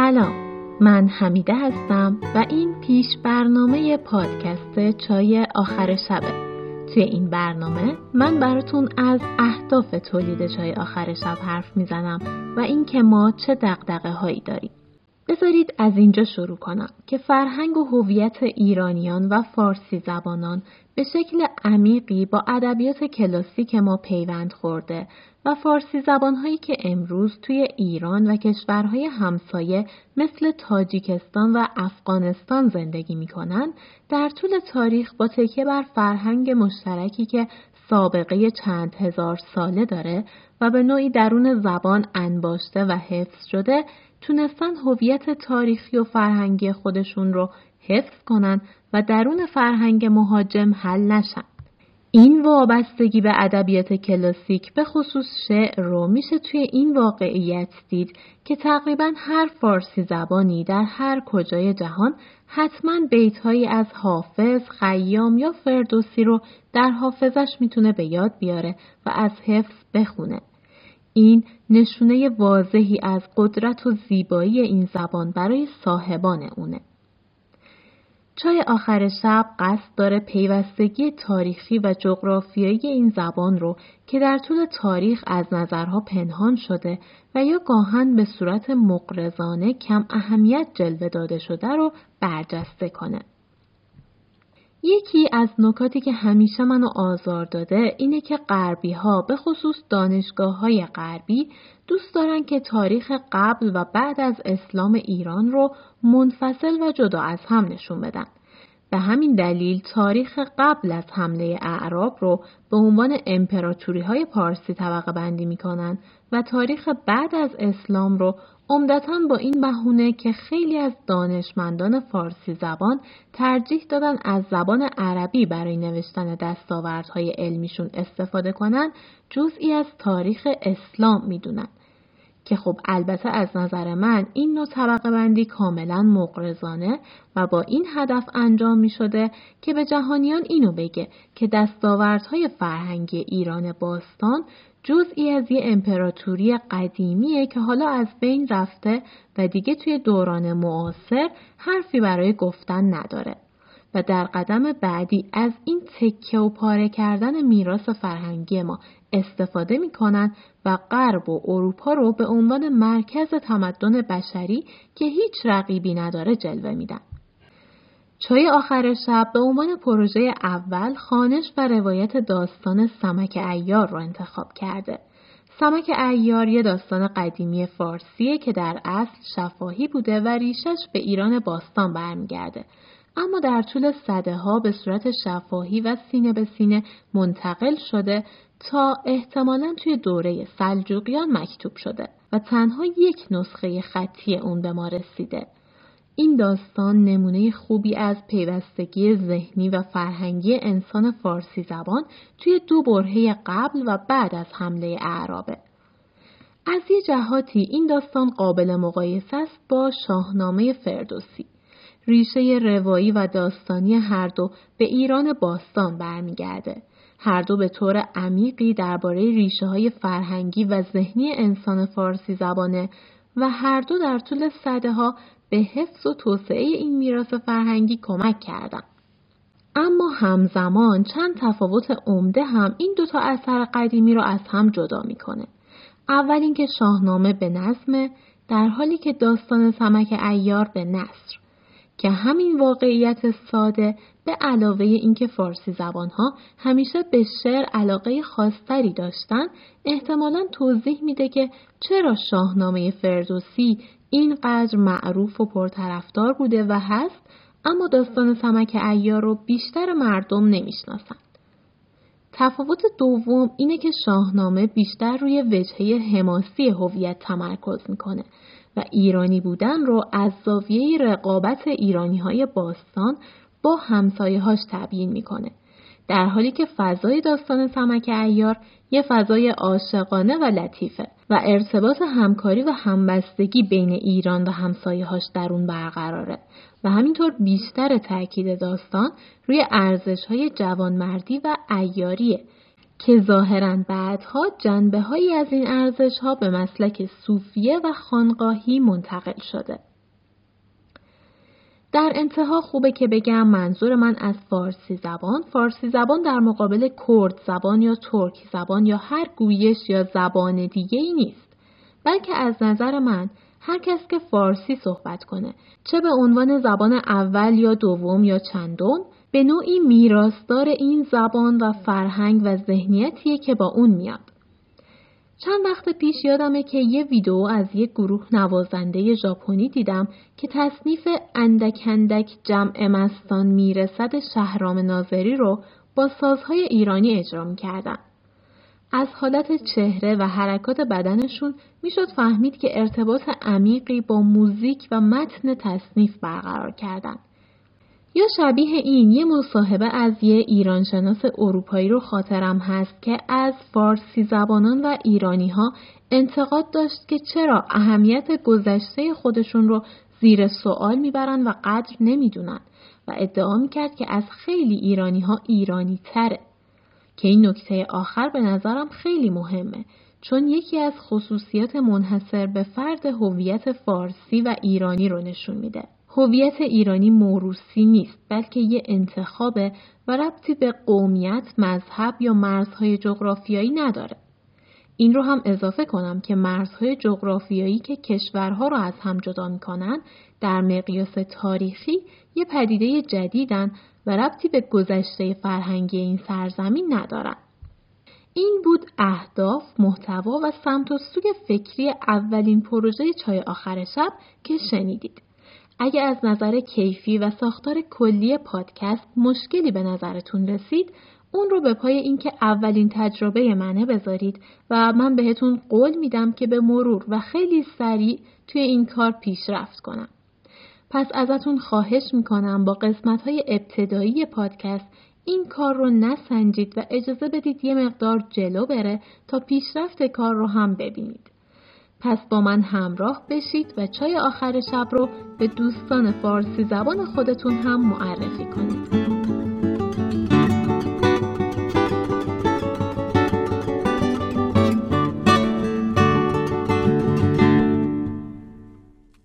سلام، من حمیده هستم و این پیش برنامه پادکست چای آخر شبه. توی این برنامه من براتون از اهداف تولید چای آخر شب حرف میزنم و این که ما چه دغدغه هایی داریم. بذارید از اینجا شروع کنم که فرهنگ و هویت ایرانیان و فارسی زبانان به شکل عمیقی با ادبیات کلاسیک ما پیوند خورده و فارسی زبانهایی که امروز توی ایران و کشورهای همسایه مثل تاجیکستان و افغانستان زندگی می‌کنند، در طول تاریخ با تکیه بر فرهنگ مشترکی که سابقه چند هزار ساله داره و به نوعی درون زبان انباشته و حفظ شده، تونستن هویت تاریخی و فرهنگی خودشون رو حفظ کنن و درون فرهنگ مهاجم حل نشن. این وابستگی به ادبیات کلاسیک به خصوص شعر رو میشه توی این واقعیت دید که تقریباً هر فارسی زبانی در هر کجای جهان حتماً بیت‌هایی از حافظ، خیام یا فردوسی رو در حافظش میتونه به یاد بیاره و از حفظ بخونه. این نشونه واضحی از قدرت و زیبایی این زبان برای صاحبان اونه. چای آخر شب قصد داره پیوستگی تاریخی و جغرافیایی این زبان رو که در طول تاریخ از نظرها پنهان شده و یا گاهن به صورت مغرضانه کم اهمیت جلوه داده شده رو برجسته کنه. یکی از نکاتی که همیشه منو آزار داده اینه که غربی‌ها به خصوص دانشگاه‌های غربی دوست دارن که تاریخ قبل و بعد از اسلام ایران رو منفصل و جدا از هم نشون بدن. به همین دلیل تاریخ قبل از حمله اعراب رو به عنوان امپراتوری‌های پارسی طبقه بندی می‌کنن و تاریخ بعد از اسلام رو عمدتاً با این بهونه که خیلی از دانشمندان فارسی زبان ترجیح دادن از زبان عربی برای نوشتن دستاوردهای علمیشون استفاده کنن جزئی از تاریخ اسلام میدونن که خب البته از نظر من این نوع طبقه بندی کاملا مغرضانه و با این هدف انجام می شده که به جهانیان اینو بگه که دستاوردهای فرهنگی ایران باستان جزئی از یه امپراتوری قدیمیه که حالا از بین رفته و دیگه توی دوران معاصر حرفی برای گفتن نداره. و در قدم بعدی از این تکه و پاره کردن میراث فرهنگی ما استفاده میکنن و غرب و اروپا رو به عنوان مرکز تمدن بشری که هیچ رقیبی نداره جلوه میدن. چای آخر شب به عنوان پروژه اول خوانش و روایت داستان سمک عیار رو انتخاب کرده. سمک عیار یه داستان قدیمی فارسیه که در اصل شفاهی بوده و ریشش به ایران باستان برمیگرده. اما در طول سده‌ها به صورت شفاهی و سینه به سینه منتقل شده تا احتمالاً توی دوره سلجوقیان مکتوب شده و تنها یک نسخه خطی اون به ما رسیده. این داستان نمونه خوبی از پیوستگی ذهنی و فرهنگی انسان فارسی زبان توی دو برهه قبل و بعد از حمله اعرابه. از یه جهاتی این داستان قابل مقایسه است با شاهنامه فردوسی. ریشه روایی و داستانی هر دو به ایران باستان برمیگرده. هر دو به طور عمیقی درباره ریشه‌های فرهنگی و ذهنی انسان فارسی زبانه و هر دو در طول سده‌ها به حفظ و توسعه این میراث فرهنگی کمک کردند. اما همزمان چند تفاوت عمده هم این دوتا اثر قدیمی رو از هم جدا میکنه. اول اینکه شاهنامه به نظم، در حالی که داستان سمک عیار به نثر، که همین واقعیت ساده به علاوه اینکه فارسی زبانها همیشه به شعر علاقه خاصتری داشتن، احتمالاً توضیح میده که چرا شاهنامه فردوسی اینقدر معروف و پرطرفدار بوده و هست، اما داستان سمک عیار رو بیشتر مردم نمیشناسن. تفاوت دوم اینه که شاهنامه بیشتر روی وجهه حماسی هویت تمرکز میکنه و ایرانی بودن رو از زاویه رقابت ایرانی‌های باستان با همسایه‌هاش تبیین میکنه، در حالی که فضای داستان سمک عیار یه فضای عاشقانه و لطیفه و ارتباط همکاری و همبستگی بین ایران و همسایه‌هاش در اون برقراره و همینطور بیشتر تاکید داستان روی ارزش‌های جوانمردی و عیاریه که ظاهراً بعدها جنبه‌هایی از این ارزش‌ها به مسلک صوفیه و خانقاهی منتقل شده. در انتها خوبه که بگم منظور من از فارسی زبان در مقابل کرد زبان یا ترک زبان یا هر گویش یا زبان دیگه‌ای نیست، بلکه از نظر من هر کس که فارسی صحبت کنه، چه به عنوان زبان اول یا دوم یا چندم، به نوعی میراثدار این زبان و فرهنگ و ذهنیتیه که با اون میاد. چند وقت پیش یادمه که یه ویدیو از یک گروه نوازنده ژاپنی دیدم که تصنیف اندک اندک جمع مستان میرسد شهرام ناظری رو با سازهای ایرانی اجرا می‌کردن. از حالت چهره و حرکات بدنشون میشد فهمید که ارتباط عمیقی با موزیک و متن تصنیف برقرار کردن. یا شبیه این یه مصاحبه از یه ایرانشناس اروپایی رو خاطرم هست که از فارسی زبانان و ایرانی ها انتقاد داشت که چرا اهمیت گذشته خودشون رو زیر سوال میبرن و قدر نمیدونن و ادعا میکرد که از خیلی ایرانی ها ایرانی تره. که این نکته آخر به نظرم خیلی مهمه، چون یکی از خصوصیات منحصر به فرد هویت فارسی و ایرانی رو نشون میده. هویت ایرانی موروثی نیست، بلکه یه انتخابه و ربطی به قومیت، مذهب یا مرزهای جغرافیایی نداره. این رو هم اضافه کنم که مرزهای جغرافیایی که کشورها رو از هم جدا میکنن در مقیاس تاریخی یه پدیده جدیدن و ربطی به گذشته فرهنگی این سرزمین ندارن. این بود اهداف، محتوا و سمت و سوی فکری اولین پروژه چای آخر شب که شنیدید. اگه از نظر کیفی و ساختار کلی پادکست مشکلی به نظرتون رسید، اون رو به پای این که اولین تجربه منه بذارید و من بهتون قول میدم که به مرور و خیلی سریع توی این کار پیشرفت کنم. پس ازتون خواهش میکنم با قسمت‌های ابتدایی پادکست این کار رو نسنجید و اجازه بدید یه مقدار جلو بره تا پیشرفت کار رو هم ببینید. پس با من همراه بشید و چای آخر شب رو به دوستان فارسی زبان خودتون هم معرفی کنید.